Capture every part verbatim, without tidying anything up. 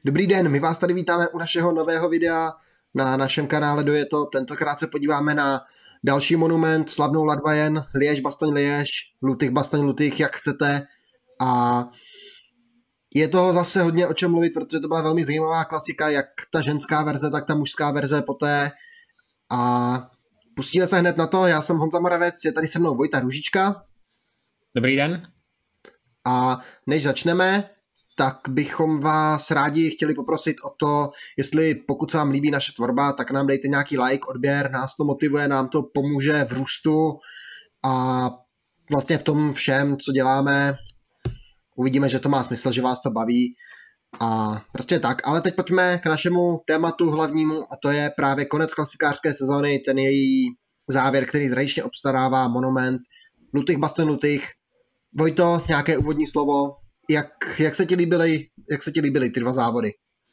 Dobrý den, my vás tady vítáme u našeho nového videa na našem kanále Do je to. Tentokrát se podíváme na další monument, slavnou Ladvajen, Liège-Bastogne-Liège, Lutych-Bastogne-Lutych, jak chcete. A je toho zase hodně o čem mluvit, protože to byla velmi zajímavá klasika, jak ta ženská verze, tak ta mužská verze poté. A pustíme se hned na to, já jsem Honza Moravec, je tady se mnou Vojta Růžička. Dobrý den. A než začneme, tak bychom vás rádi chtěli poprosit o to, jestli pokud se vám líbí naše tvorba, tak nám dejte nějaký like, odběr, nás to motivuje, nám to pomůže v růstu a vlastně v tom všem, co děláme, uvidíme, že to má smysl, že vás to baví a prostě tak. Ale teď pojďme k našemu tématu hlavnímu a to je právě konec klasikářské sezóny, ten její závěr, který tradičně obstarává monument Lutych-Bastogne-Lutych. Vojto, nějaké úvodní slovo? Jak, jak, se ti líbily, jak se ti líbily ty dva závody?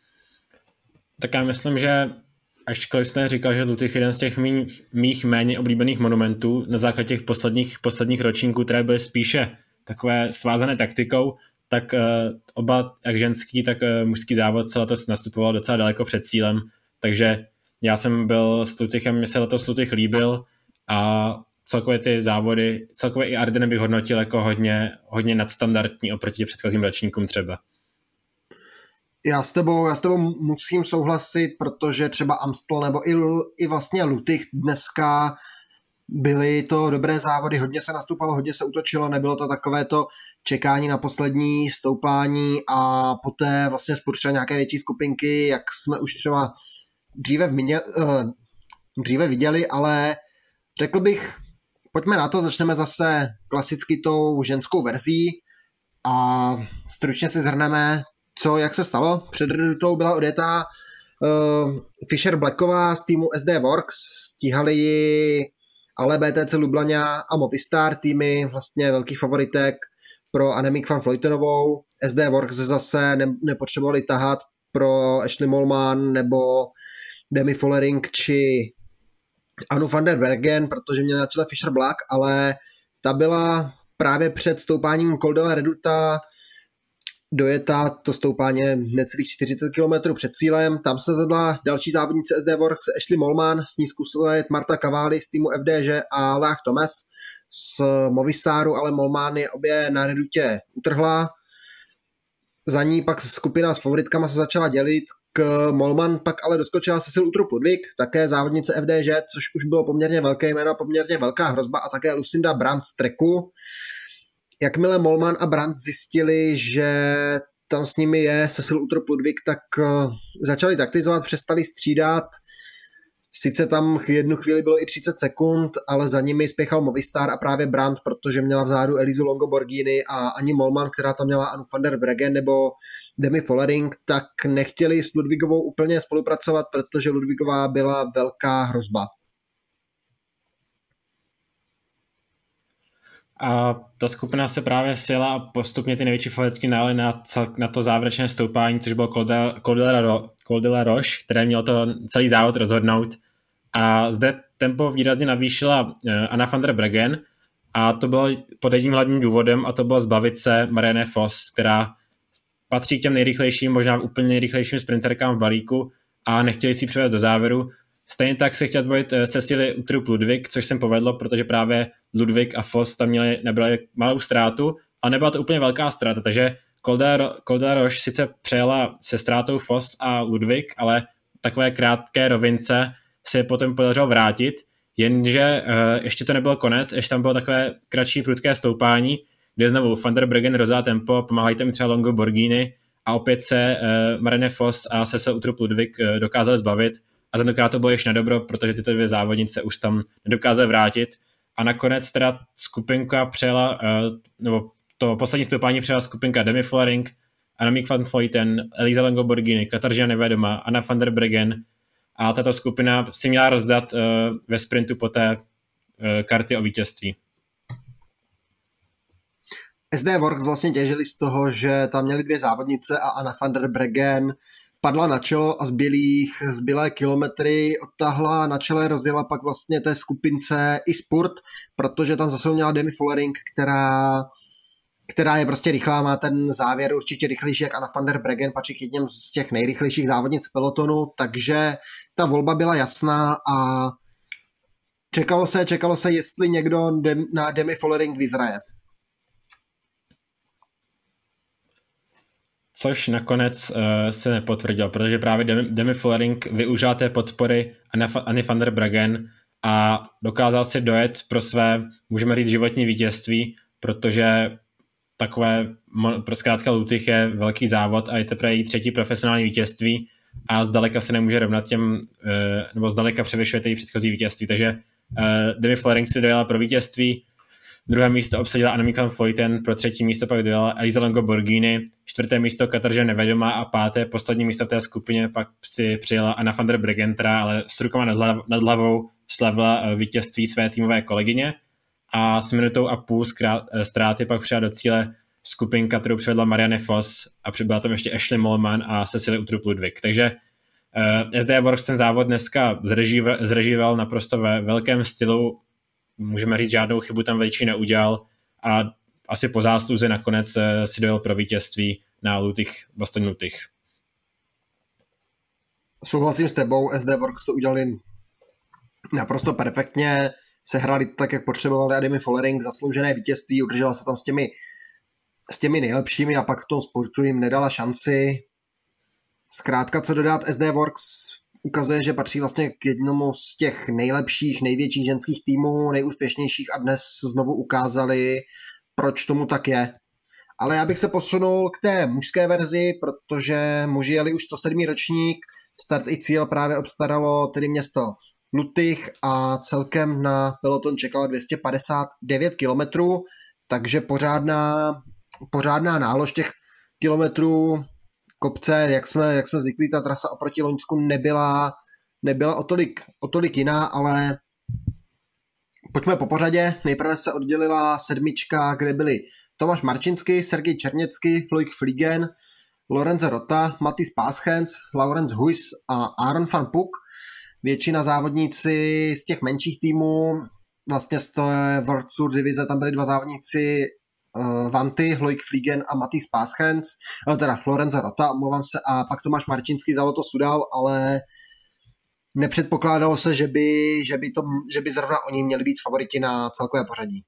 Tak já myslím, že ačkoliv jste říkal, že Lutych je jeden z těch mých, mých méně oblíbených monumentů na základě těch posledních, posledních ročníků, které byly spíše takové svázané taktikou, tak uh, oba, jak ženský, tak uh, mužský závod se letos nastupoval docela daleko před cílem, takže já jsem byl s Lutychem, mě se letos Lutych líbil a celkově ty závody, celkově i Ardenne bych hodnotil jako hodně, hodně nadstandardní oproti předchozím ročníkům třeba. Já s tebou, já s tebou musím souhlasit, protože třeba Amstel nebo i, i vlastně Lutych dneska byly to dobré závody, hodně se nastupalo, hodně se útočilo, nebylo to takové to čekání na poslední stoupání a poté vlastně spurčila nějaké větší skupinky, jak jsme už třeba dříve, v mině, uh, dříve viděli, ale řekl bych, pojďme na to, začneme zase klasicky tou ženskou verzí a stručně si zhrneme, co, jak se stalo. Před redutou byla odjetá uh, Fischer Blacková z týmu S D Works, stíhali ji ale B T C Lublania a Movistar, týmy vlastně velkých favoritek pro Annemiek van Vleuten-ovou. S D Works zase ne, nepotřebovali tahat pro Ashley Mollman nebo Demi Vollering či Anu van der Bergen, protože měl na čele Fischer Black, ale ta byla právě před stoupáním Col de la Reduta dojeta to stoupání necelých čtyřicet kilometrů před cílem. Tam se zadla další závodnice S D Works Ashley Mollman, s ní zkusila jet Marta Cavalli z týmu F D Ž a Leah Thomas z Movistaru, ale Mollman je obě na Redutě utrhla. Za ní pak skupina s favoritkama se začala dělit. K Mollman pak ale doskočila Cecil Uttrup Ludwig, také závodnice F D Ž, což už bylo poměrně velké jméno, poměrně velká hrozba a také Lucinda Brandt z Treku. Jakmile Mollman a Brandt zjistili, že tam s nimi je Cecil Uttrup Ludwig, tak začali taktizovat, přestali střídat. Sice tam jednu chvíli bylo i třicet sekund, ale za nimi spěchal Movistar a právě Brandt, protože měla vzadu Elisu Longo Borghini a ani Mollman, která tam měla Anu van der Breggen nebo Demi Vollering, tak nechtěli s Ludwigovou úplně spolupracovat, protože Ludwigová byla velká hrozba. A ta skupina se právě sjela a postupně ty největší favoritky nále na, na to závěrečné stoupání, což bylo Col de la Roche, které mělo to celý závod rozhodnout. A zde tempo výrazně navýšila Anna van der Breggen a to bylo pod jedním hlavním důvodem a to bylo zbavit se Marianne Vos, která patří k těm nejrychlejším, možná úplně nejrychlejším sprinterkám v balíku a nechtěli si přivést do závěru. Stejně tak se chtěl zbavit Cecily Uttrup Ludwig, což jsem povedlo, protože právě Ludwig a Vos tam měli, nebyli malou ztrátu, a nebyla to úplně velká ztráta, takže Col de la Roche sice přejela se ztrátou Vos a Ludwig, ale takové krátké rovince se je potom podařilo vrátit, jenže uh, ještě to nebylo konec, ještě tam bylo takové kratší prudké stoupání, kde znovu Van der Breggen rozjela tempo, pomáhají tam třeba Longo Borghini a opět se uh, Marianne Vos a Cecil Uttrup Ludwig uh, dokázali zbavit. A tentokrát to bylo ještě na dobro, protože tyto dvě závodnice už tam nedokázaly vrátit. A nakonec teda skupinka přejela, nebo to poslední stoupání přejela skupinka Demi Vollering, Annemiek van Vleuten, Elisa Longo Borghini, Katarzyna Nevedoma, Anna van der Breggen. A tato skupina si měla rozdat ve sprintu poté karty o vítězství. S D Works vlastně těžili z toho, že tam měli dvě závodnice a Anna van der Breggen padla na čelo a zbylých, zbylé kilometry odtáhla na čele, rozjela pak vlastně té skupince i spurt, protože tam zase měla Demi Vollering, která která je prostě rychlá, má ten závěr určitě rychlejší jak Anna van der Breggen, patří k jedním z těch nejrychlejších závodnic pelotonu, takže ta volba byla jasná a čekalo se, čekalo se, jestli někdo dem, na Demi Vollering vyzraje. Což nakonec uh, se nepotvrdilo, protože právě Demi, Demi Vollering využila té podpory Anny van der Breggen a dokázal si dojet pro své, můžeme říct, životní vítězství, protože takové, pro zkrátka Lutych je velký závod a je teprve její třetí profesionální vítězství a zdaleka se nemůže rovnat těm, nebo zdaleka převyšuje její předchozí vítězství. Takže Demi Vollering si dojela pro vítězství, druhé místo obsadila Annemiek van Vleuten, pro třetí místo pak dojela Elisa Longo Borghini, čtvrté místo Katarzyna Nevedomá a páté, poslední místo v té skupině pak si přijela Anna van der Breggen, která ale s rukama nad, hlav, nad hlavou slavila vítězství své týmové kolegyně a s minutou a půl ztráty pak přijela do cíle skupinka, kterou přivedla Marianne Vos a přibyla tam ještě Ashley Mollman a Cecilie Uttrup Ludwig. Takže uh, S D Works ten závod dneska zrežíval naprosto ve velkém stylu, můžeme říct, žádnou chybu tam větší neudělal a asi po zásluze nakonec uh, si dojel pro vítězství na Lutych, Boston Lutych. Souhlasím s tebou, S D Works to udělali naprosto perfektně, sehráli tak, jak potřebovali a Demi Vollering zasloužené vítězství, udržela se tam s těmi, s těmi nejlepšími a pak v tom sportu jim nedala šanci. Zkrátka, co dodat, S D Works ukazuje, že patří vlastně k jednomu z těch nejlepších, největších ženských týmů, nejúspěšnějších a dnes znovu ukázali, proč tomu tak je. Ale já bych se posunul k té mužské verzi, protože muži jeli už sto sedmý ročník, start i cíl právě obstaralo tedy město Lutych a celkem na peloton čekalo dvě stě padesát devět kilometrů, takže pořádná, pořádná nálož těch kilometrů, kopce, jak jsme, jak jsme zvyklí, ta trasa oproti Loňsku nebyla, nebyla o tolik, o tolik jiná, ale pojďme po pořadě. Nejprve se oddělila sedmička, kde byli Tomáš Marčinsky, Sergej Černěcky, Loic Fliegen, Lorenzo Rota, Matis Paschens, Laurens Huys a Aaron van Puck. Většina závodníci z těch menších týmů, vlastně z té World Tour divize, tam byli dva závodníci uh, Vanty, Loic Fliegen a Matis Paschens, no, teda Lorenzo Rota, omlouvám se, a pak Tomáš Marčinsky za Lotto Sudal, ale nepředpokládalo se, že by, že by, to, že by zrovna oni měli být favoriti na celkové pořadí.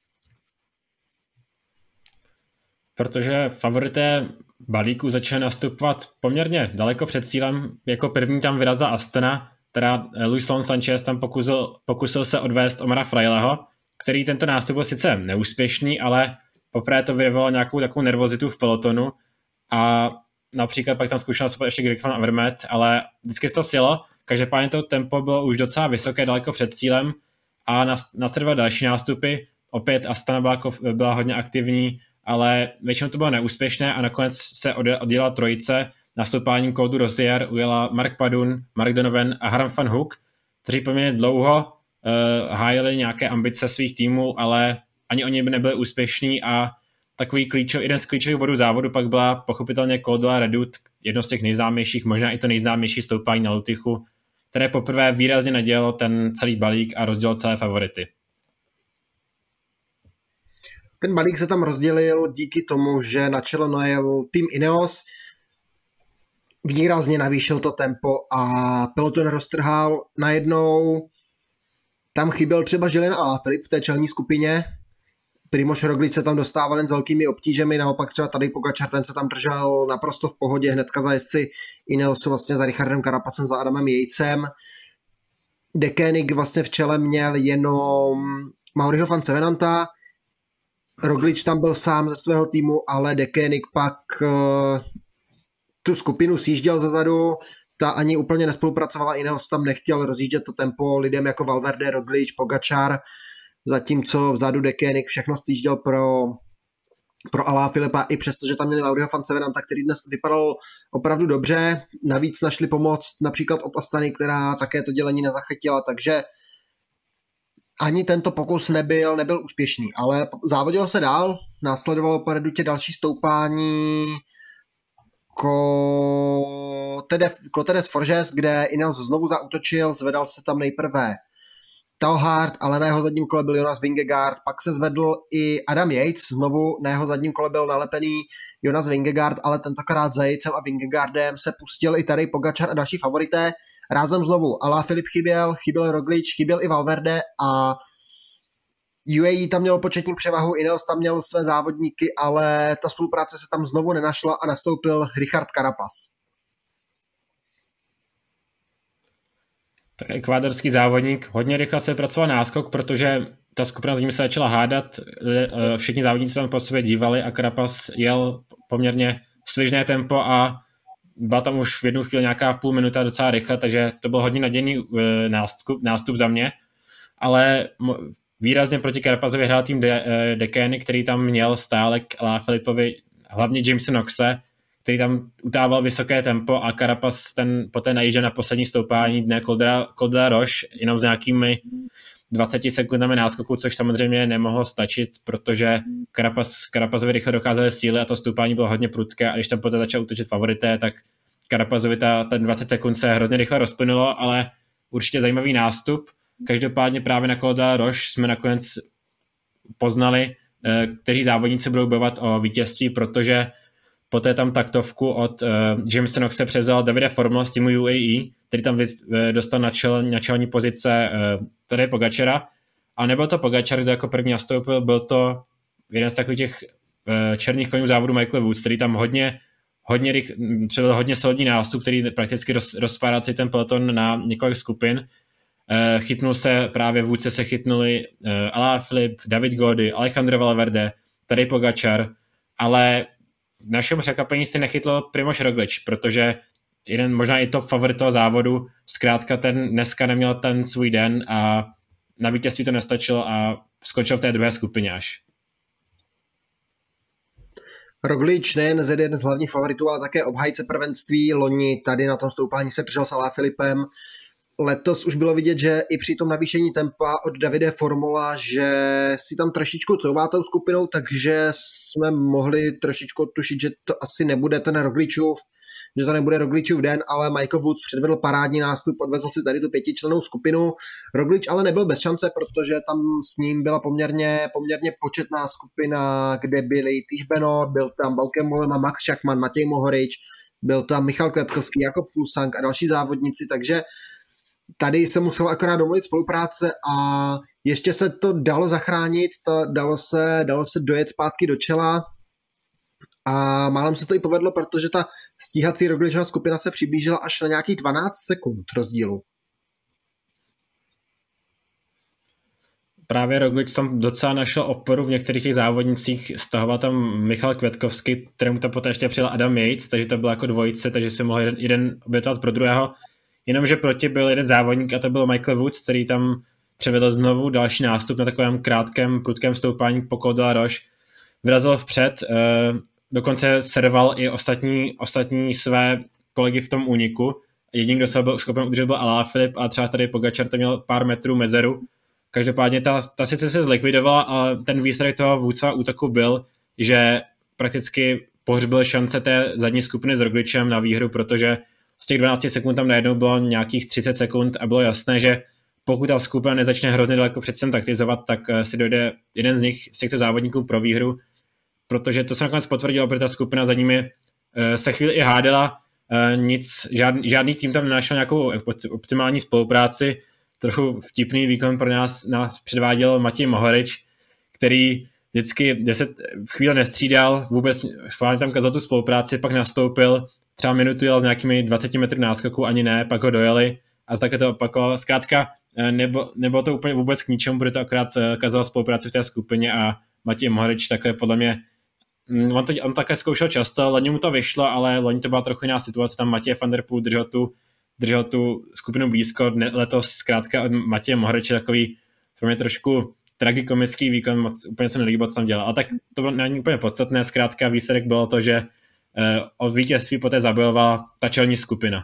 Protože favorité balíku začaly nastupovat poměrně daleko před cílem. Jako první tam vyrazila Astana, teda Luis Leon Sanchez tam pokusil, pokusil se odvést Omara Fraileho, který tento nástup byl sice neúspěšný, ale poprvé to vyvolalo nějakou takovou nervozitu v pelotonu a například pak tam zkoušel se ještě Greg van Avermaet, ale vždycky se to sjelo. Každopádně to tempo bylo už docela vysoké, daleko před cílem a následovaly další nástupy. Opět Astana byla, byla hodně aktivní, ale většinou to bylo neúspěšné a nakonec se oddělala trojice. Nastoupáním Claude Rosier ujela Mark Padun, Mark Donovan a Harm van Hoek, kteří poměrně dlouho uh, hájili nějaké ambice svých týmů, ale ani oni by nebyli úspěšní a takový klíčov, jeden z klíčových bodů závodu pak byla pochopitelně Col de la Redoute, jedno z těch nejznámějších, možná i to nejznámější stoupání na Lutychu, které poprvé výrazně nadělalo ten celý balík a rozdělilo celé favority. Ten balík se tam rozdělil díky tomu, že na čelo najel tým Ineos, výrazně navýšil to tempo a peloton roztrhal najednou. Tam chyběl třeba Julien Alaphilippe v té čelní skupině. Primož Roglič se tam dostával jen s velkými obtížemi, naopak třeba tady Pogačar, ten se tam držel naprosto v pohodě, hnedka za jezdci Ineosu vlastně za Richardem Carapazem, za Adamem Yatesem. De Koenig vlastně v čele měl jenom Mauriho van Sevenanta, Roglič tam byl sám ze svého týmu, ale De Koenig pak uh, tu skupinu sjížděl zezadu, ta ani úplně nespolupracovala, Ineos tam nechtěl rozjíždět to tempo lidem jako Valverde, Roglič, Pogačar, zatímco vzadu De Koenig všechno sjížděl pro, pro Alaphilippa, i přesto, že tam měli Mauriho van Sevenanta, který dnes vypadal opravdu dobře, navíc našli pomoc například od Astany, která také to dělení nezachytila, takže ani tento pokus nebyl, nebyl úspěšný, ale závodilo se dál, následovalo po redutě další stoupání Cotedes Forges, kde Ineos znovu zaútočil, zvedal se tam nejprve Tauhart, ale na jeho zadním kole byl Jonas Vingegaard, pak se zvedl i Adam Yates, znovu na jeho zadním kole byl nalepený Jonas Vingegaard, ale tentokrát za Yatesem a Vingegaardem se pustil i tady Pogačar a další favorité. Rázem znovu Alaphilippe chyběl, chyběl Roglič, chyběl i Valverde a U A E tam mělo početní převahu, Ineos tam měl své závodníky, ale ta spolupráce se tam znovu nenašla a nastoupil Richard Carapaz. Tak ekvádorský závodník hodně rychle se pracoval náskok, protože ta skupina s ním se začala hádat, všichni závodníci tam po sobě dívali a Carapaz jel poměrně svižné tempo a byla tam už v jednu chvíli nějaká půl minuta docela rychle, takže to byl hodně nadějný nástup, nástup za mě, ale výrazně proti Carapazovi hrál tým De- Dekeny, který tam měl stále k Alaphilippovi, hlavně Jamese Knoxe, který tam utával vysoké tempo a Carapaz ten poté najížděl na poslední stoupání dne Col de la Roche jenom s nějakými dvaceti sekundami náskoku, což samozřejmě nemohlo stačit, protože Carapaz, Carapazovi rychle docházely síly a to stoupání bylo hodně prudké a když tam poté začal útočit favorité, tak Carapazovi ta, ten dvacet sekund se hrozně rychle rozplynulo, ale určitě zajímavý nástup. Každopádně právě na Col de la Roche jsme nakonec poznali, kteří závodníci budou bojovat o vítězství, protože poté tam taktovku od uh, Jamesa Knoxe převzal Davide Formel z týmu U A E, který tam vy, dostal na, čel, na čelní pozice uh, tady Pogačara. A nebyl to Pogačar, kdo jako první nastoupil, byl to jeden z takových těch uh, černých konňů závodu Michael Woods, který tam hodně, hodně, rych, předvedl hodně solidní nástup, který prakticky roz, rozpádal celý ten peloton na několik skupin. Uh, chytnul se, právě vůdce se chytnuli uh, Alaphilippe, David Gaudy, Alejandro Valverde, tady Pogačar, ale v našem překvapení se nechytl Primož Roglič, protože jeden možná i top favorit toho závodu, zkrátka ten dneska neměl ten svůj den a na vítězství to nestačilo a skončil v té druhé skupině až. Roglič nejen z jeden z hlavních favoritů, ale také obhájce prvenství. Loni tady na tom stoupání se držel s Alaphilippem. Letos už bylo vidět, že i při tom navýšení tempa od Davide Formola, že si tam trošičku couvá tou skupinou, takže jsme mohli trošičku tušit, že to asi nebude ten Rogličův, že to nebude Rogličův den, ale Michael Woods předvedl parádní nástup, odvezl si tady tu pětičlennou skupinu. Roglič ale nebyl bez šance, protože tam s ním byla poměrně, poměrně početná skupina, kde byli Tiš Benoit, byl tam Bauke Mollema, Max Schachmann, Matěj Mohorič, byl tam Michal Květkovský, Jakob Fuglsang a další závodníci, takže tady se muselo akorát domluvit spolupráce a ještě se to dalo zachránit, to dalo se, dalo se dojet zpátky do čela a málem se to i povedlo, protože ta stíhací Rogličova skupina se přiblížila až na nějakých dvanáct sekund rozdílu. Právě Roglič tam docela našel oporu v některých těch závodnicích, stahoval tam Michal Květkovský, kterému to poté ještě přijel Adam Yates, takže to bylo jako dvojice, takže se mohl jeden, jeden obětovat pro druhého. Jenomže proti byl jeden závodník a to byl Michael Woods, který tam převedl znovu další nástup na takovém krátkém, prudkém stoupání po Col de la Roche. Vyrazil vpřed, dokonce serval i ostatní, ostatní své kolegy v tom úniku. Jediný, kdo se byl schopen udržet, byl Alaphilippe a třeba tady Pogačar to měl pár metrů mezeru. Každopádně ta, ta sice se zlikvidovala, ale ten výsledek toho Woodsova útoku byl, že prakticky pohřbil šance té zadní skupiny s Rogličem na výhru, protože z těch dvanáct sekund tam najednou bylo nějakých třicet sekund a bylo jasné, že pokud ta skupina nezačne hrozně daleko předtím taktizovat, tak si dojde jeden z nich, z těchto závodníků pro výhru, protože to se nakonec potvrdilo, protože ta skupina za nimi se chvíli i hádala, nic, žádný, žádný tým tam nenašel nějakou optimální spolupráci, trochu vtipný výkon pro nás, nás předváděl Matěj Mohorič, který vždycky deset chvíli nestřídal, vůbec schválně tam kazal tu spolupráci, pak nastoupil, třeba minutu jel s nějakými dvaceti metry náskoku, ani ne, pak ho dojeli a také to opakoval. Zkrátka, nebo, nebylo to úplně vůbec k ničemu, protože to akorát kazal spolupráci v té skupině a Matěj Mohorič takhle podle mě, on, to, on také zkoušel často, loni mu to vyšlo, ale loni to byla trochu jiná situace, tam Matěj van der Poel držel tu, držel tu skupinu blízko, letos zkrátka od Matěje Mohoriče takový pro mě trošku tragikomický výkon, moc, úplně se mi nelíbilo, co tam dělal. A tak to není úplně podstatné, zkrátka výsledek bylo to, že eh, od vítězství poté zabojovala ta čelní skupina.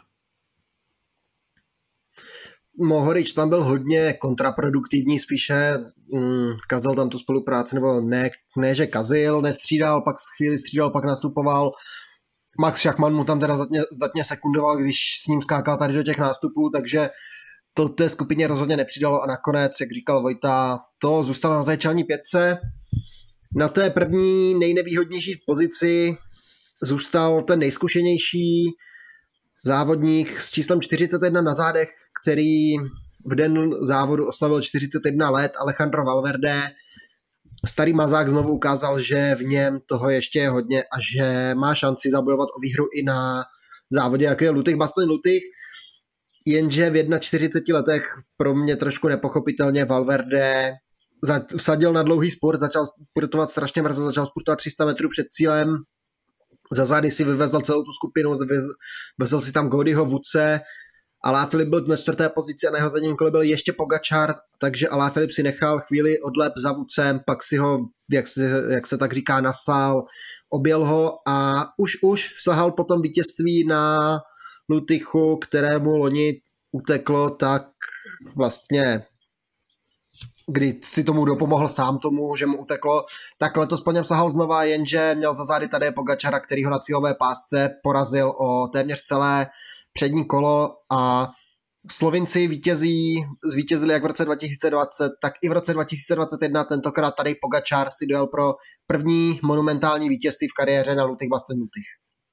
Mohorič tam byl hodně kontraproduktivní, spíše mm, kazil tam tu spolupráci, nebo ne, ne, že kazil, nestřídal, pak chvíli střídal, pak nastupoval. Max Schachmann mu tam teda zdatně, zdatně sekundoval, když s ním skákal tady do těch nástupů, takže to té skupině rozhodně nepřidalo a nakonec, jak říkal Vojta, to zůstalo na té čelní pětce. Na té první nejnevýhodnější pozici zůstal ten nejzkušenější závodník s číslem čtyřicet jedna na zádech, který v den závodu oslavil čtyřicet jedna let, Alejandro Valverde. Starý mazák znovu ukázal, že v něm toho ještě je hodně a že má šanci zabojovat o výhru i na závodě, jako je Lutych Bastogne Lutych. Jenže v čtyřiceti jedna letech pro mě trošku nepochopitelně Valverde vsadil na dlouhý spurt, začal spurtovat strašně brzo, začal spurtovat tři sta metrů před cílem, za zády si vyvezl celou tu skupinu, vyvezl si tam Codyho Woodse, Alaphilippe byl na čtvrté pozici a na jeho zadním kole byl ještě Pogačar, takže Alaphilippe si nechal chvíli odlep za Woodsem, pak si ho, jak se, jak se tak říká, nasál, objel ho a už už sahal potom vítězství na Lutychu, kterému loni uteklo tak vlastně, kdy si tomu dopomohl sám tomu, že mu uteklo, tak letos po něm sahal znova, jenže měl za zády tady Pogačara, který ho na cílové pásce porazil o téměř celé přední kolo a Slovinci vítězí, zvítězili jak v roce dva tisíce dvacet, tak i v roce dva tisíce dvacet jedna, tentokrát tady Pogačar si dojel pro první monumentální vítězství v kariéře na Lutych Bastogne Lutych.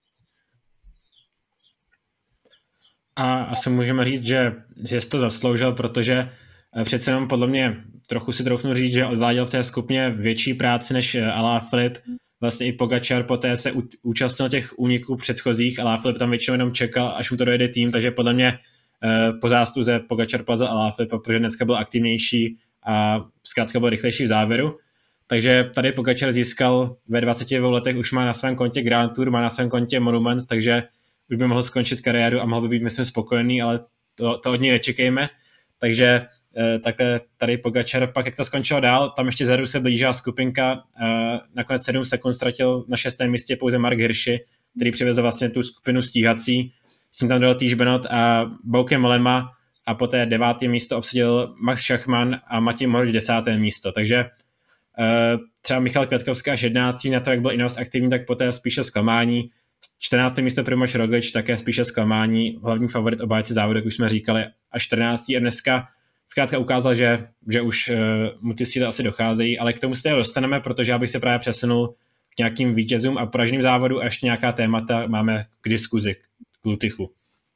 A asi můžeme říct, že, že jsi to zasloužil, protože přece jenom podle mě trochu si troufnu říct, že odváděl v té skupině větší práci než Alaphilippe. Vlastně i Pogačar poté se účastnil těch úniků předchozích, Alaphilippe tam většinou jenom čekal, až mu to dojede tým, takže podle mě po zástuze Pogačar porazil Alaphilippe, protože dneska byl aktivnější a zkrátka byl rychlejší v závěru. Takže tady Pogačar získal ve dvaceti dvou letech, už má na svém kontě Grand Tour, má na svém kontě Monument, takže už by mohl skončit kariéru a mohl by být, myslím, spokojený, ale to, to od něj nečekejme. Takže eh, takhle tady Pogačar, pak jak to skončilo dál, tam ještě zadu se blížila skupinka, eh, nakonec sedm sekund ztratil na šestém místě pouze Mark Hirschi, který přivezl vlastně tu skupinu stíhací, s tím tam dal Tiž Benoit a Bauke Mollema a poté devátý místo obsadil Max Schachmann a Matěj Mohorič desáté místo, takže eh, třeba Michal Květkovský až jedenáctý na to, jak byl Ineos aktivní, tak poté spíše zklamání. čtrnácté místo Primož Roglič, také spíše zklamání, hlavní favorit obhájce závodu, jak už jsme říkali, a čtrnáctý a dneska zkrátka ukázal, že, že už uh, mu ty síly asi docházejí, ale k tomu se dostaneme, protože já bych se právě přesunul k nějakým vítězům a poraženým závodu a ještě nějaká témata máme k diskuzi, k Lutychu.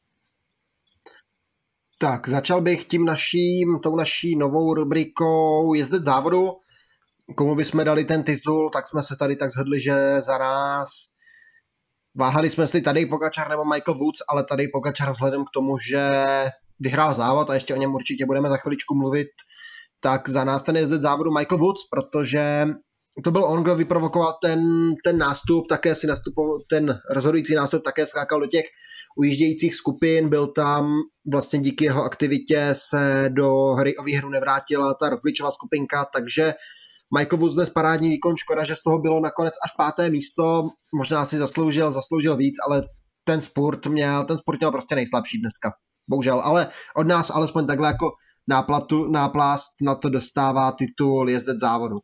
Tak, začal bych tím naším, tou naší novou rubrikou Jezdec závodu. Komu bychom dali ten titul, tak jsme se tady tak shodli, že za nás váhali jsme si tady Pogačar nebo Michael Woods, ale tady Pogačar vzhledem k tomu, že vyhrál závod a ještě o něm určitě budeme za chviličku mluvit, tak za nás ten jezdec závodu Michael Woods, protože to byl on, kdo vyprovokoval ten, ten nástup, také si nastupoval, ten rozhodující nástup také skákal do těch ujíždějících skupin, byl tam vlastně díky jeho aktivitě se do hry o výhru nevrátila ta Rogličova skupinka, takže Michael Woods dnes parádní výkon, škoda, že z toho bylo nakonec až páté místo, možná si zasloužil, zasloužil víc, ale ten sport měl, ten sport měl prostě nejslabší dneska, bohužel, ale od nás alespoň takhle jako náplatu, náplast na to dostává titul jezdec závodu.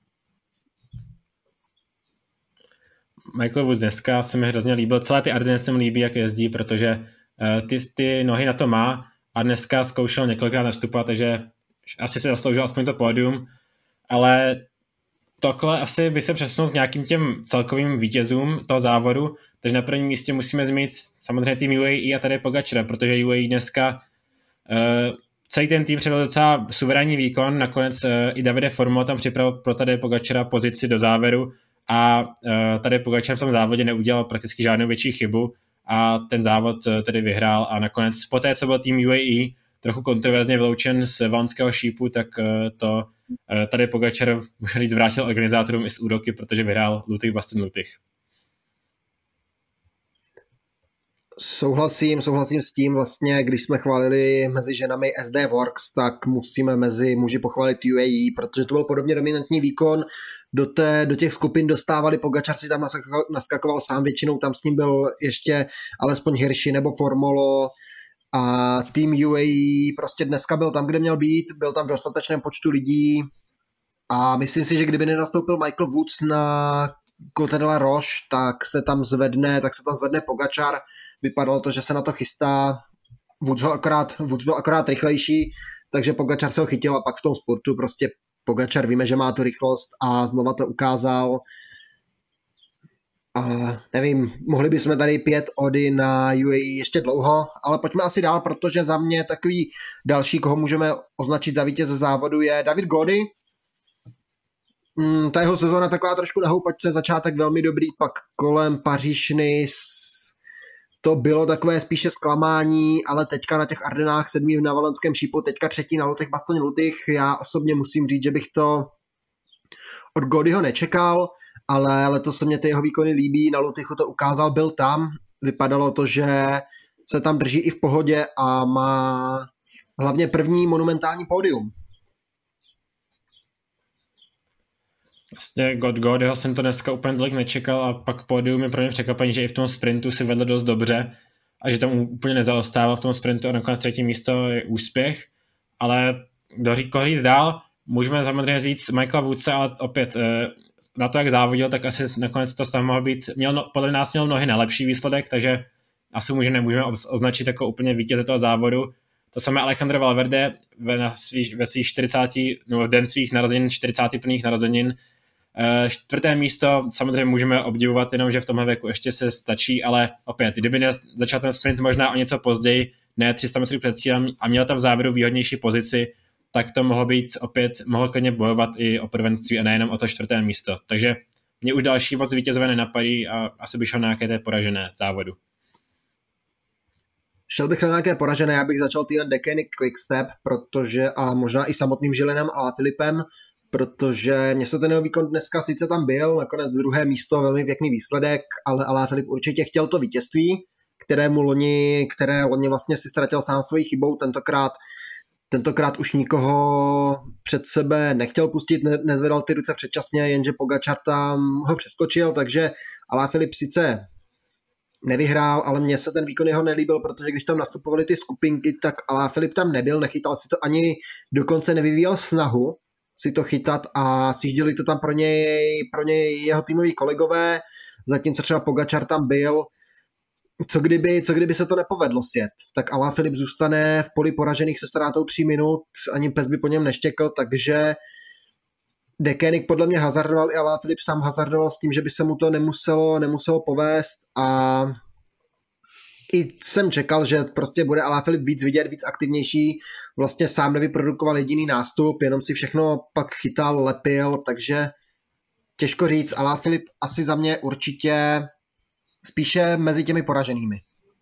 Michael Woods dneska se mi hrozně líbil, celé ty Ardenne se mi líbí, jak jezdí, protože uh, ty, ty nohy na to má a dneska zkoušel několikrát nastupovat, takže asi se zasloužil aspoň to pódium, ale takhle asi by se přesunul k nějakým těm celkovým vítězům toho závodu, takže na prvním místě musíme zmínit samozřejmě tým U A E a tady Pogačara, protože U A E dneska uh, celý ten tým předvedl docela suverénní výkon, nakonec uh, i Davide Formo tam připravil pro tady Pogačara pozici do závěru a uh, tady Pogačar v tom závodě neudělal prakticky žádnou větší chybu a ten závod uh, tedy vyhrál a nakonec poté, co byl tým U A E trochu kontroverzně vyloučen z valonského šípu, tak uh, to uh, tady Pogačar může říct vrátil organizátorům i z úroky, protože vyhrál Lutych Bastogne Lutych. Souhlasím, souhlasím s tím vlastně, když jsme chválili mezi ženami S D Works, tak musíme mezi muži pochválit U A E, protože to byl podobně dominantní výkon. Do, té, do těch skupin dostávali, Pogačar si tam naskakoval, naskakoval sám, většinou tam s ním byl ještě alespoň Hirschi nebo Formolo a tým U A E prostě dneska byl tam, kde měl být, byl tam v dostatečném počtu lidí a myslím si, že kdyby nenastoupil Michael Woods na Côte de la Roche, tak se tam zvedne, tak se tam zvedne Pogačar. Vypadalo to, že se na to chystá. Woods, ho akorát, Woods byl akorát rychlejší, takže Pogačar se ho chytil a pak v tom sportu prostě Pogačar víme, že má tu rychlost a znova to ukázal. A nevím, mohli bychom tady pět ody na U A E ještě dlouho, ale pojďme asi dál, protože za mě takový další, koho můžeme označit za vítěze závodu, je David Gaudy. Mm, ta jeho sezóna taková trošku na houpačce, začátek velmi dobrý, pak kolem Paříž-Nice to bylo takové spíše zklamání, ale teďka na těch Ardenách sedmý na Valenském šípu, teďka třetí na Lutych, Bastogne Lutych. Já osobně musím říct, že bych to od Gaudyho nečekal, ale letos se mě ty jeho výkony líbí, na Lutychu to ukázal, byl tam, vypadalo to, že se tam drží i v pohodě a má hlavně první monumentální pódium. Vlastně God Gaudyho jsem to dneska úplně tolik nečekal a pak pódium je pro mě překvapení, že i v tom sprintu si vedl dost dobře a že tam úplně nezaostával v tom sprintu a nakonec třetí místo je úspěch, ale do koho říct dál, můžeme samozřejmě říct Michaela Woodse, ale opět na to, jak závodil, tak asi nakonec to stav mohl být, měl, no, podle nás měl mnohy nejlepší výsledek, takže asi může, nemůžeme označit jako úplně vítěze toho závodu. To samé Alejandro Valverde ve, svých, ve svých čtyřicátých, no, den svých narozenin, čtyřicátých prvních narozenin. Čtvrté místo samozřejmě můžeme obdivovat jenom, že v tomhle věku ještě se stačí, ale opět, kdyby začal ten sprint možná o něco později, ne tři sta metrů před cílem a měl tam v závěru výhodnější pozici, tak to mohlo být opět, mohl klidně bojovat i o prvenství a nejenom o to čtvrté místo. Takže mě už další moc vítězové nenapadí a asi bych šel na nějaké té poražené závodu. Šel bych na nějaké poražené, já bych začal týden Deceuninck Quickstep, protože a možná i samotným Žilenem a Filipem, protože mě se ten jeho výkon dneska sice tam byl, nakonec druhé místo, velmi pěkný výsledek, ale Alain Philippe určitě chtěl to vítězství, kterému loni, které loni vlastně si ztratil sám svojí chybou, tentokrát Tentokrát už nikoho před sebe nechtěl pustit, ne, nezvedal ty ruce předčasně, jenže Pogačar tam ho přeskočil, takže Alain Philippe sice nevyhrál, ale mně se ten výkon jeho nelíbil, protože když tam nastupovaly ty skupinky, tak Alain Philippe tam nebyl, nechytal si to ani, dokonce nevyvíjel snahu si to chytat a sjížděli to tam pro něj, pro něj jeho týmoví kolegové, zatímco třeba Pogačar tam byl. Co kdyby, co kdyby se to nepovedlo sjet, tak Alain Philippe zůstane v poli poražených se ztrátou tří minut, ani pes by po něm neštěkl, takže Deceuninck podle mě hazardoval i Alain Philippe sám hazardoval s tím, že by se mu to nemuselo, nemuselo povést a i jsem čekal, že prostě bude Alain Philippe víc vidět, víc aktivnější, vlastně sám nevyprodukoval jediný nástup, jenom si všechno pak chytal, lepil, takže těžko říct, Alain Philippe asi za mě určitě spíše mezi těmi poraženými.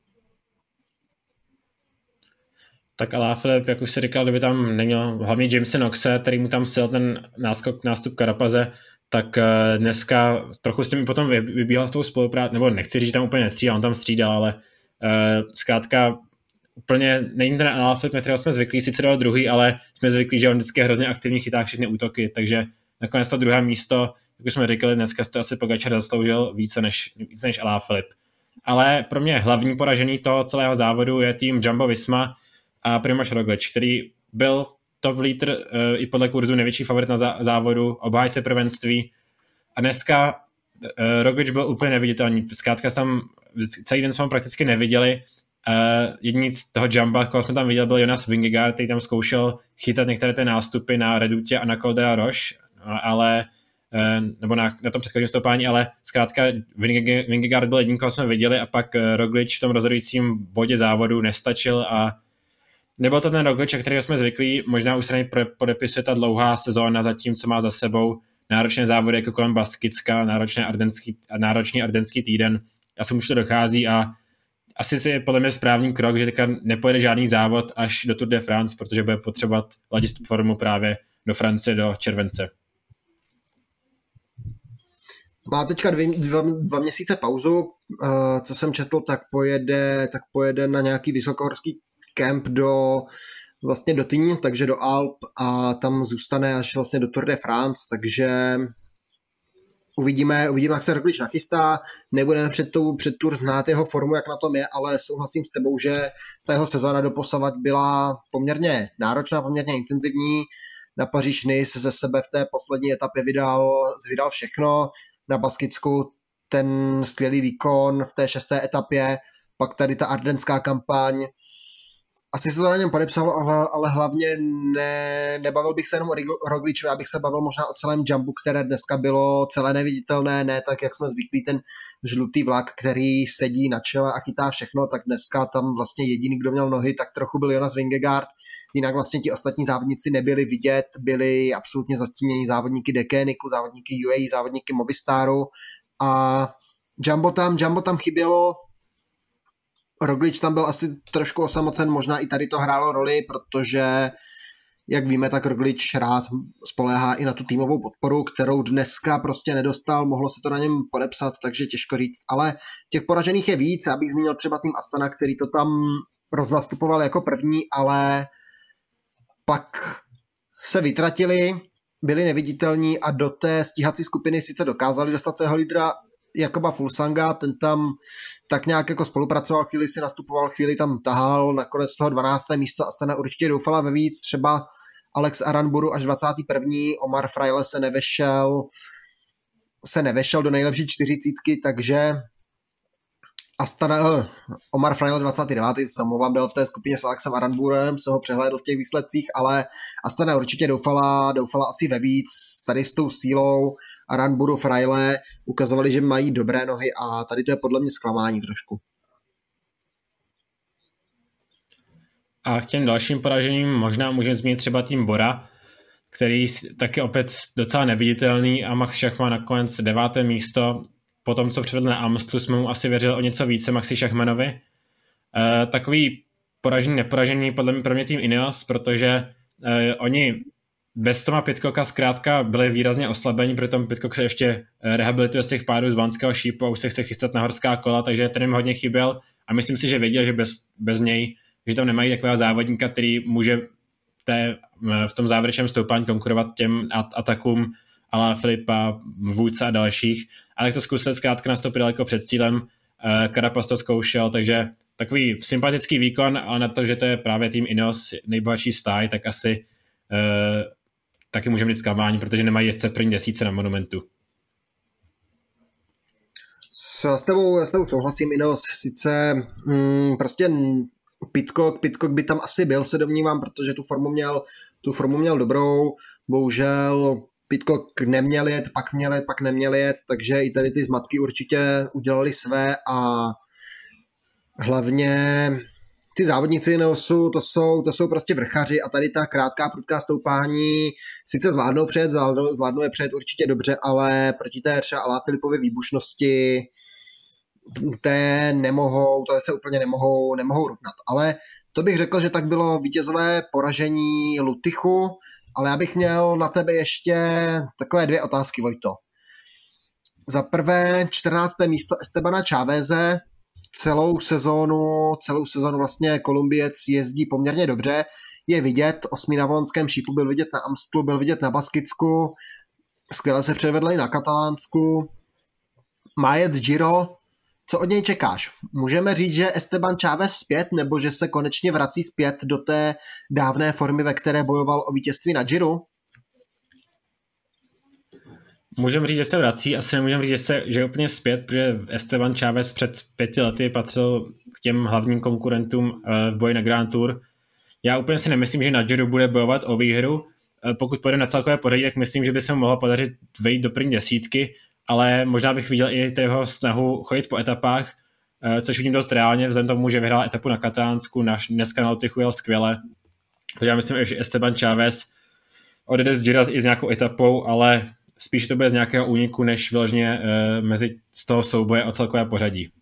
Tak Alain Philippe, jak už si říkal, kdyby tam neměl hlavně Jamese Knoxe, který mu tam sil ten náskok, nástup Carapaze, tak dneska trochu s tím potom vybíhal s tou spolupráci, nebo nechci říct, že tam úplně nestřídal, on tam střídal, ale uh, zkrátka úplně není ten Alain Philippe, na kterého jsme zvyklí, sice dal druhý, ale jsme zvyklí, že on vždycky je hrozně aktivní, chytá všechny útoky, takže nakonec to druhé místo, jak už jsme říkali, dneska to asi Pogačar zasloužil více než, více než Alain Philippe. Ale pro mě hlavní poražený toho celého závodu je tým Jumbo Visma a Primož Roglič, který byl top leader uh, i podle kurzu největší favorit na zá, závodu, obhájce prvenství. A dneska uh, Roglič byl úplně neviditelný. Zkrátka tam celý den jsme ho prakticky neviděli. Uh, jediný z toho Jumba, koho jsme tam viděli, byl Jonas Vingegaard, který tam zkoušel chytat některé ty nástupy na Redutě a na Col de la Roche, ale nebo na, na tom předchozím stoupání, ale zkrátka Vingegaard byl jedním, koho jsme viděli a pak Roglič v tom rozhodujícím bodě závodu nestačil a nebyl to ten Roglič, kterého jsme zvyklí, možná už se nej podepisuje ta dlouhá sezóna za tím, co má za sebou náročné závody jako kolem Baskicka, náročný ardenský, náročný ardenský týden. Já se mu to dochází a asi si je podle mě správný krok, že teďka nepojede žádný závod až do Tour de France, protože bude potřebovat ladit formu právě do Francie do července. Má teďka dvě, dva, dva měsíce pauzu, uh, co jsem četl, tak pojede, tak pojede na nějaký vysokohorský kemp do vlastně do Tyň, takže do Alp a tam zůstane až vlastně do Tour de France, takže uvidíme, uvidíme, jak se Roglič nachystá, nebudeme před, tou, před Tour znát jeho formu, jak na tom je, ale souhlasím s tebou, že ta jeho sezóna doposavat byla poměrně náročná, poměrně intenzivní, na Paříž-Nice ze sebe v té poslední etapě vydal, vydal všechno, na Baskicku ten skvělý výkon v té šesté etapě, pak tady ta ardenská kampaň asi se to na něm podepsalo, ale, ale hlavně ne, nebavil bych se jenom o Rogličovi, abych se bavil možná o celém jumpu, které dneska bylo celé neviditelné, ne tak, jak jsme zvyklí, ten žlutý vlak, který sedí na čele a chytá všechno, tak dneska tam vlastně jediný, kdo měl nohy, tak trochu byl Jonas Vingegaard, jinak vlastně ti ostatní závodníci nebyli vidět, byli absolutně zastíněni závodníky Deceuninck, závodníky U A E, závodníky Movistaru a Jumbo tam, Jumbo tam chybělo. Roglič tam byl asi trošku osamocen, možná i tady to hrálo roli, protože, jak víme, tak Roglič rád spoléhá i na tu týmovou podporu, kterou dneska prostě nedostal, mohlo se to na něm podepsat, takže těžko říct, ale těch poražených je víc, abych zmínil třeba tým Astana, který to tam roznastupoval jako první, ale pak se vytratili, byli neviditelní a do té stíhací skupiny sice dokázali dostat svého lídra Jakoba Fulsanga, ten tam tak nějak jako spolupracoval, chvíli si nastupoval, chvíli tam tahal, nakonec toho dvanácté místo Astana určitě doufala ve víc, třeba Alex Aranburu až dvacátý první Omar Fraile se nevešel se nevešel do nejlepší čtyřicítky, takže Astana, uh, Omar Fraile dvacátý devátý jsem ho vám dal v té skupině s Alexem Aranburem, jsem ho přehlédl v těch výsledcích, ale Astana určitě doufala, doufala asi ve víc, tady s tou sílou Aranburu, Fraile ukazovali, že mají dobré nohy a tady to je podle mě zklamání trošku. A k těm dalším poražením možná můžeme zmínit třeba tým Bora, který taky opět docela neviditelný a Max Schachmann nakonec deváté místo. Po tom, co předvedl na Amstlu, jsme mu asi věřili o něco více Maxi Schachmannovi. E, takový poražený, neporažený podle mě pro mě tým Ineos, protože e, oni bez Toma Pidcocka zkrátka byli výrazně oslabení, protože Tom Pidcock se ještě rehabilituje z těch pádů z Banského šípu a už se chce chystat na horská kola, takže ten jim hodně chyběl a myslím si, že věděl, že bez, bez něj, že tam nemají takového závodníka, který může té, v tom závěrečném stoupání konkurovat těm atakům ala Filipa, Vůdce a dalších. Ale to zkusil zkrátka nastoupit daleko před cílem, Carapaz to zkoušel, takže takový sympatický výkon, ale na to, že to je právě tým Ineos, nejbohatší stáj, tak asi uh, taky můžeme mít zklamání, protože nemají jezdce v první desítce na Monumentu. Já s tebou, já s tebou souhlasím, Ineos, sice mm, prostě Pidcock, Pidcock by tam asi byl, se domnívám, protože tu formu měl, tu formu měl dobrou, bohužel Pidcock neměl jet, pak měl jet, pak neměl jet, takže i tady ty zmatky určitě udělali své a hlavně ty závodníci Ineosu, to jsou, to jsou prostě vrchaři a tady ta krátká prudká stoupání sice zvládnou přejet, zvládnou, zvládnou je přejet určitě dobře, ale proti té třeba Alaphilippově výbušnosti té nemohou, to se úplně nemohou, nemohou rovnat. Ale to bych řekl, že tak bylo vítězové poražení Lutychu, ale já bych měl na tebe ještě takové dvě otázky, Vojto. Za prvé čtrnácté místo Estebana Cháveze, celou sezónu, celou sezónu vlastně Kolumbiec jezdí poměrně dobře, je vidět, osmý na Valonském šípu, byl vidět na Amstlu, byl vidět na Baskicku, skvěle se předvedl i na Katalánsku, má jet Giro, co od něj čekáš? Můžeme říct, že Esteban Chávez zpět, nebo že se konečně vrací zpět do té dávné formy, ve které bojoval o vítězství na Giro? Můžeme říct, že se vrací, asi nemůžeme říct, že, se, že je úplně zpět, protože Esteban Chávez před pěti lety patřil k těm hlavním konkurentům v boji na Grand Tour. Já úplně si nemyslím, že na Giro bude bojovat o výhru. Pokud půjde na celkové pořadí, tak myslím, že by se mu mohlo podařit vejít do první desítky, ale možná bych viděl i jeho snahu chodit po etapách, což vidím dost reálně, vzhledem tomu, že vyhrál etapu na Katalánsku, dneska na Lutychu jel skvěle. Takže já myslím, že Esteban Chávez odjede z Gira i s nějakou etapou, ale spíš to bude z nějakého úniku, než vyloženě uh, mezi z toho souboje o celkové pořadí.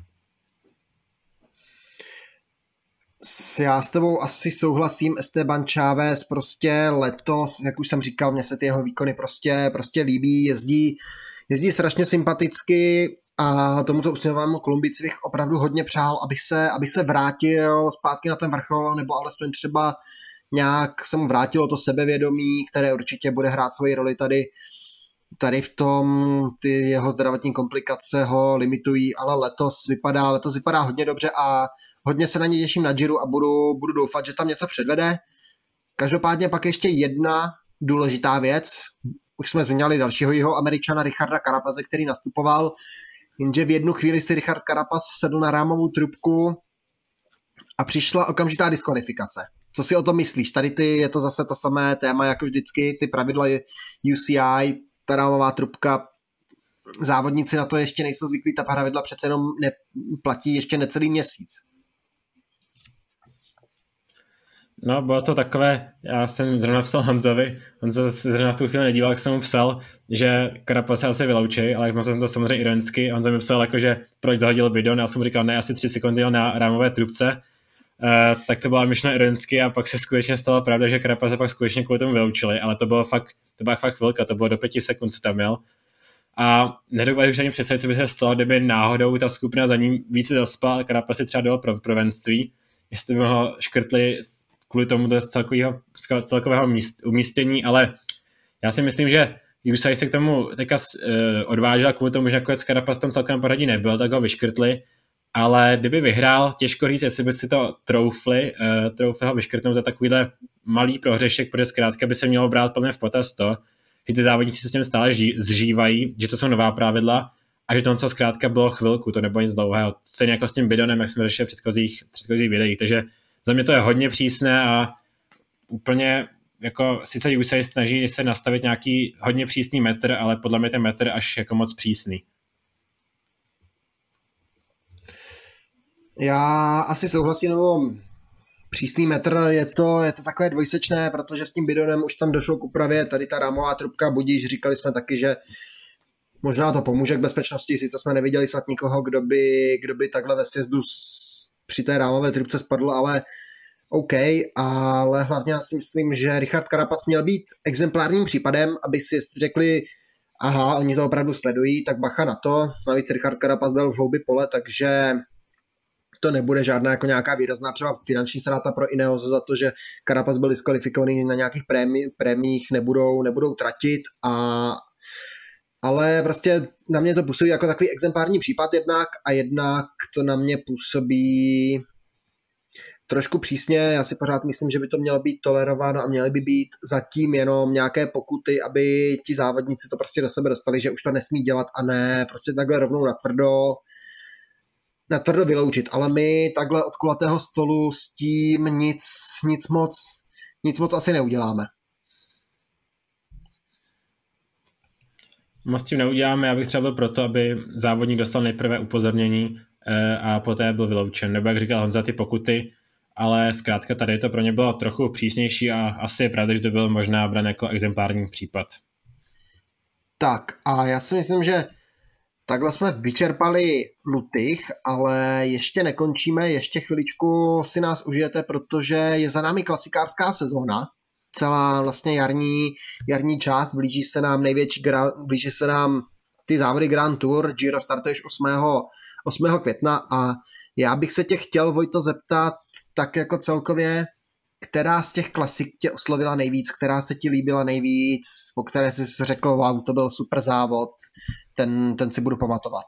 Já s tebou asi souhlasím, Esteban Chávez prostě letos, jak už jsem říkal, mně se ty jeho výkony prostě, prostě líbí, jezdí, jezdí strašně sympaticky a tomuto usměvavému Kolumbici bych opravdu hodně přál, aby se, aby se vrátil zpátky na ten vrchol, nebo alespoň třeba nějak se mu vrátilo to sebevědomí, které určitě bude hrát svoji roli tady, tady v tom, ty jeho zdravotní komplikace ho limitují, ale letos vypadá, letos vypadá hodně dobře a hodně se na ně těším na Giro a budu, budu doufat, že tam něco předvede. Každopádně pak ještě jedna důležitá věc, už jsme zmínili dalšího jeho Američana Richarda Carapaze, který nastupoval, jenže v jednu chvíli si Richard Carapaz sedl na rámovou trubku a přišla okamžitá diskvalifikace. Co si o tom myslíš? Tady ty, je to zase to samé téma jako vždycky, ty pravidla U C I, ta rámová trubka, závodníci na to ještě nejsou zvyklí, ta pravidla přece jenom neplatí ještě necelý měsíc. No, bylo to takové, já jsem zrovna psal Honzovi, Honzo se zrovna v tu chvíli nedíval, jak jsem mu psal, že Carapaz se asi vyloučí, ale myslel jsem to samozřejmě ironicky. Honzo mi psal, jako, že proč zahodil bidon, já jsem mu říkal, ne, asi tři sekundy jel na rámové trubce, uh, tak to byla myšleno ironicky a pak se skutečně stala pravda, že Carapaz se pak skutečně kvůli tomu vyloučili, ale to bylo fakt, to byla fakt chvilka, to bylo do pěti sekund, co tam měl. A nedokážu už ani představit, co by se stalo, kdyby náhodou ta skupina za ním více zaspala, Carapaz si třeba dal pro prvenství, jestli by ho škrtli kvůli tomu do celkového, celkového míst, umístění, ale já si myslím, že U C I se k tomu teďka uh, odvážila kvůli tomu, že nakonec Carapaz v tom celkovém poradí nebyl, tak ho vyškrtli, ale kdyby vyhrál, těžko říct, jestli by si to troufli, uh, troufli ho vyškrtnout za takovýhle malý prohřešek, protože zkrátka by se mělo brát plně v potaz to, že ty závodníci se s tím stále ži- zžívají, že to jsou nová pravidla a že to, co zkrátka bylo chvilku, to nebylo nic dlouhého. Stejně jako s tím bidonem, jak jsme řešili v předchozích, předchozích videích, takže za mě to je hodně přísné a úplně jako sice U C I snaží se nastavit nějaký hodně přísný metr, ale podle mě ten metr až jako moc přísný. Já asi souhlasím, nebo přísný metr je to, je to takové dvojsečné, protože s tím bidonem už tam došlo k úpravě, tady ta rámová trubka budíš, říkali jsme taky, že možná to pomůže k bezpečnosti, sice jsme neviděli snad nikoho, kdo by, kdo by takhle ve sjezdu s, při té rámové trubce spadl, ale OK, ale hlavně já si myslím, že Richard Carapaz měl být exemplárním případem, aby si řekli, aha, oni to opravdu sledují, tak bacha na to. Navíc Richard Carapaz dal v hloubi pole, takže to nebude žádná jako nějaká výrazná třeba finanční ztráta pro Ineos za to, že Carapaz byl diskvalifikovaný na nějakých prémi, prémích, nebudou, nebudou tratit, a, ale prostě na mě to působí jako takový exemplární případ jednak a jednak to na mě působí trošku přísně. Já si pořád myslím, že by to mělo být tolerováno a měly by být zatím jenom nějaké pokuty, aby ti závodníci to prostě do sebe dostali, že už to nesmí dělat a ne prostě takhle rovnou natvrdo natvrdo vyloučit. Ale my takhle od kulatého stolu s tím nic, nic moc nic moc asi neuděláme. Moc tím neuděláme, já bych třeba byl proto, aby závodník dostal nejprve upozornění a poté byl vyloučen. Nebo jak říkal Honza, ty pokuty, ale zkrátka tady to pro ně bylo trochu přísnější a asi je pravda, že to byl možná bran jako exemplární případ. Tak a já si myslím, že takhle jsme vyčerpali Lutych, ale ještě nekončíme, ještě chviličku si nás užijete, protože je za námi klasikářská sezóna, celá vlastně jarní, jarní část, blíží se nám největší, blíží se nám ty závody Grand Tour, Giro startuje už osmého května a já bych se tě chtěl, Vojto, zeptat tak jako celkově, která z těch klasik tě oslovila nejvíc, která se ti líbila nejvíc, po které jsi řekl, wow, to byl super závod, ten, ten si budu pamatovat.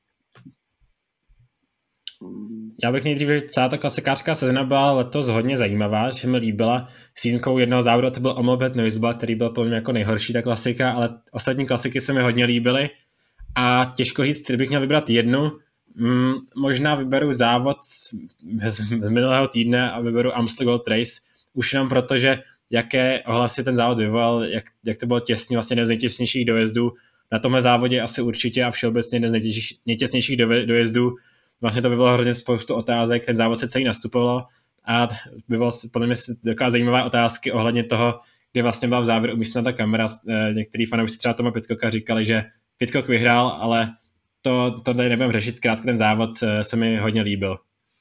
Já bych nejdřív, celá ta klasikářská sezona byla letos hodně zajímavá, že mi líbila s výjimkou jednoho závodu, to byl Omlopet Noisba, který byl podle mě jako nejhorší ta klasika, ale ostatní klasiky se mi hodně líbily a těžko říct, který bych měl vybrat jednu. Mm, možná vyberu závod z minulého týdne a vyberu Amstel Gold Race, už jenom proto, že jaké ohlasy ten závod vyvolal, jak, jak to bylo těsný, vlastně jeden z nejtěsnějších dojezdů. Na tomhle závodě asi určitě a všeobecně jeden z nejtěsnějších, nejtěsnějších dojezdů. Vlastně to vyvolalo hrozně spoustu otázek, ten závod se celý nastupoval a vyvolal podle mě takové zajímavé otázky ohledně toho, kde vlastně byla v závěru umístěna ta kamera. Některý fanoušci třeba Toma Pidcocka říkali, že Pidcock vyhrál, ale to, to tady nebudeme řešit, zkrátka ten závod se mi hodně líbil.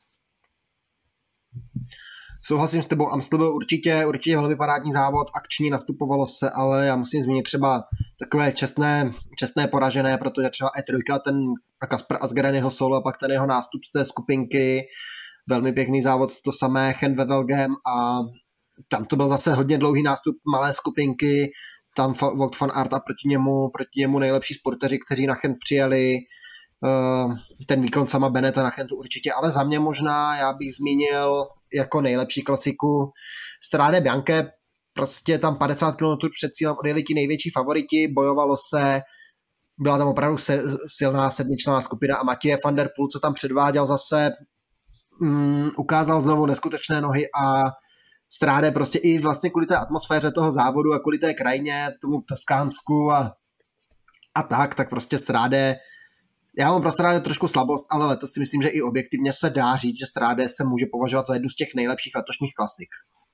Souhlasím s tebou, Amstel byl určitě, určitě velmi parádní závod, akční nastupovalo se, ale já musím zmínit třeba takové čestné, čestné poražené, protože třeba E tři, ten Kasper Asgreen, jeho solo a pak ten jeho nástup z té skupinky, velmi pěkný závod, to samé Hen Wevelgem a tam to byl zase hodně dlouhý nástup malé skupinky, tam Wout van Aert a proti němu, proti němu nejlepší sporteři, kteří na Chent přijeli, ten výkon sama Beneta na Chentu určitě, ale za mě možná já bych zmínil jako nejlepší klasiku Strade Bianche, prostě tam padesát kilometrů před cílem odjeli ti největší favoriti, bojovalo se, byla tam opravdu se, silná sedmičlenná skupina a Mathieu van der Poel, co tam předváděl zase mm, ukázal znovu neskutečné nohy a Stráde prostě i vlastně kvůli té atmosféře toho závodu a kvůli té krajině, tomu Toskánsku a, a tak, tak prostě Stráde, já mám pro Stráde trošku slabost, ale letos si myslím, že i objektivně se dá říct, že Stráde se může považovat za jednu z těch nejlepších letošních klasik.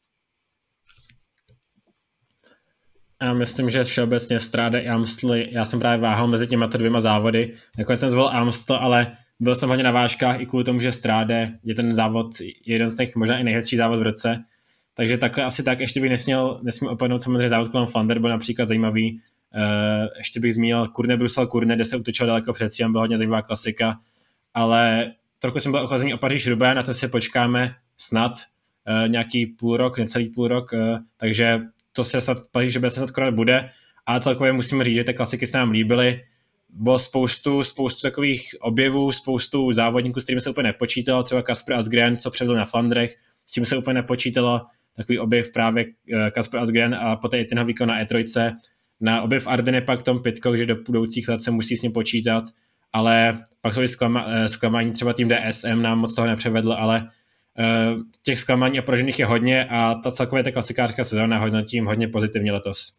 Já myslím, že všeobecně Stráde i Amstel, já jsem právě váhal mezi těma dvěma závody, nakonec jsem zvolil Amstel, ale byl jsem hodně na vážkách i kvůli tomu, že Stráde je ten závod jeden z těch možná i nejhezčí závod v roce. Takže takhle asi tak, ještě bych nesměl, nesměl opomenout samozřejmě závod kolem Flandre, byl například zajímavý. Uh, ještě bych zmínil Kurne, Brusel, Kurne, kde se utočil daleko před cílem, byla hodně zajímavá klasika. Ale trochu jsem byl ochlazený o Paříž-Roubaix, na to si počkáme snad uh, nějaký půl rok, necelý půl rok, uh, takže to se snad Paříž-Roubaix se snad konat bude. A celkově musíme říct, že ty klasiky se nám líbily. Bylo spoustu, spoustu takových objevů, spoustu závodníků, s kterými se úplně nepočítalo, třeba Kasper Asgreen, co předvedl na Flandrech, s tím se úplně nepočítalo. Takový objev právě Kasper Asgreen a poté i tenho výkon na E tři. Na objev Ardenne pak Tom Pidcock, že do budoucích let se musí s ním počítat, ale pak jsou i zklama, zklamání, třeba tým D S M nám moc toho nepřevedl, ale uh, těch zklamání a poražených je hodně a ta celkově ta klasikářská sezóna hodnotím hodně pozitivně letos.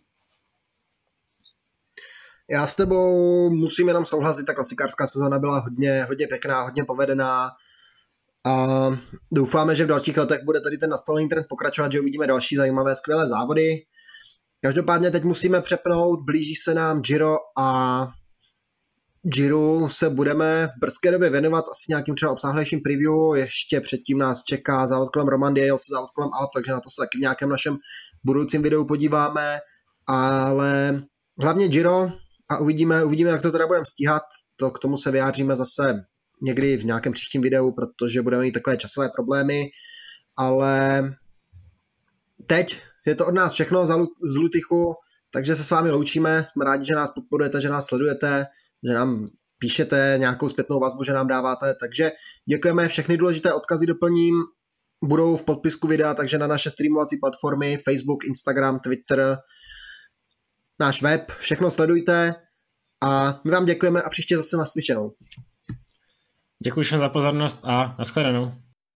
Já s tebou musím jenom souhlasit, ta klasikářská sezóna byla hodně, hodně pěkná, hodně povedená. A doufáme, že v dalších letech bude tady ten nastolený trend pokračovat, že uvidíme další zajímavé, skvělé závody. Každopádně teď musíme přepnout, blíží se nám Giro a Giro se budeme v brzké době věnovat asi nějakým třeba obsáhlejším preview, ještě předtím nás čeká závod kolem Romandie, jel se závod kolem Alp, takže na to se taky v nějakém našem budoucím videu podíváme, ale hlavně Giro a uvidíme, uvidíme, jak to teda budeme stíhat, to k tomu se vyjádříme zase někdy v nějakém příštím videu, protože budeme mít takové časové problémy, ale teď je to od nás všechno z Lutychu, takže se s vámi loučíme, jsme rádi, že nás podporujete, že nás sledujete, že nám píšete nějakou zpětnou vazbu, že nám dáváte, takže děkujeme, všechny důležité odkazy doplním, budou v podpisku videa, takže na naše streamovací platformy, Facebook, Instagram, Twitter, náš web, všechno sledujte a my vám děkujeme a příště zase naslyšenou. Děkuji všem za pozornost a nashledanou.